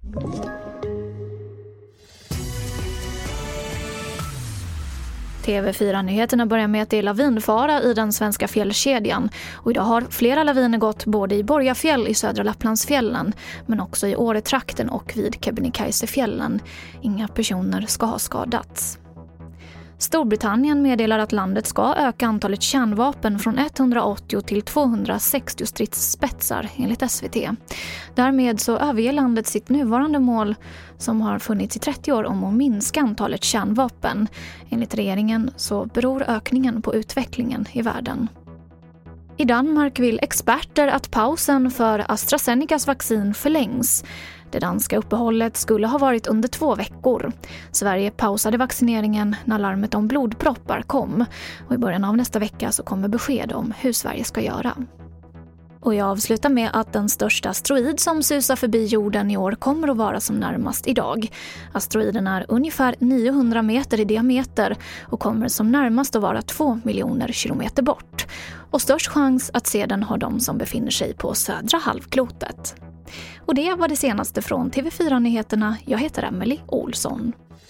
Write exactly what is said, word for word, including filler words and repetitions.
T V fyra-nyheterna börjar med att det är lavinfara i den svenska fjällkedjan. Och idag har flera laviner gått både i Borgafjäll i södra Lapplandsfjällen men också i Åretrakten och vid Kebnekaisefjällen. Inga personer ska ha skadats. Storbritannien meddelar att landet ska öka antalet kärnvapen från etthundraåttio till tvåhundrasextio stridsspetsar enligt S V T. Därmed så överger landet sitt nuvarande mål som har funnits i trettio år om att minska antalet kärnvapen. Enligt regeringen så beror ökningen på utvecklingen i världen. I Danmark vill experter att pausen för AstraZenecas vaccin förlängs. Det danska uppehållet skulle ha varit under två veckor. Sverige pausade vaccineringen när larmet om blodproppar kom. Och i början av nästa vecka så kommer besked om hur Sverige ska göra. Och jag avslutar med att den största asteroid som susar förbi jorden i år kommer att vara som närmast idag. Asteroiden är ungefär niohundra meter i diameter och kommer som närmast att vara två miljoner kilometer bort. Och störst chans att se den har de som befinner sig på södra halvklotet. Och det var det senaste från T V fyra-nyheterna. Jag heter Emily Olsson.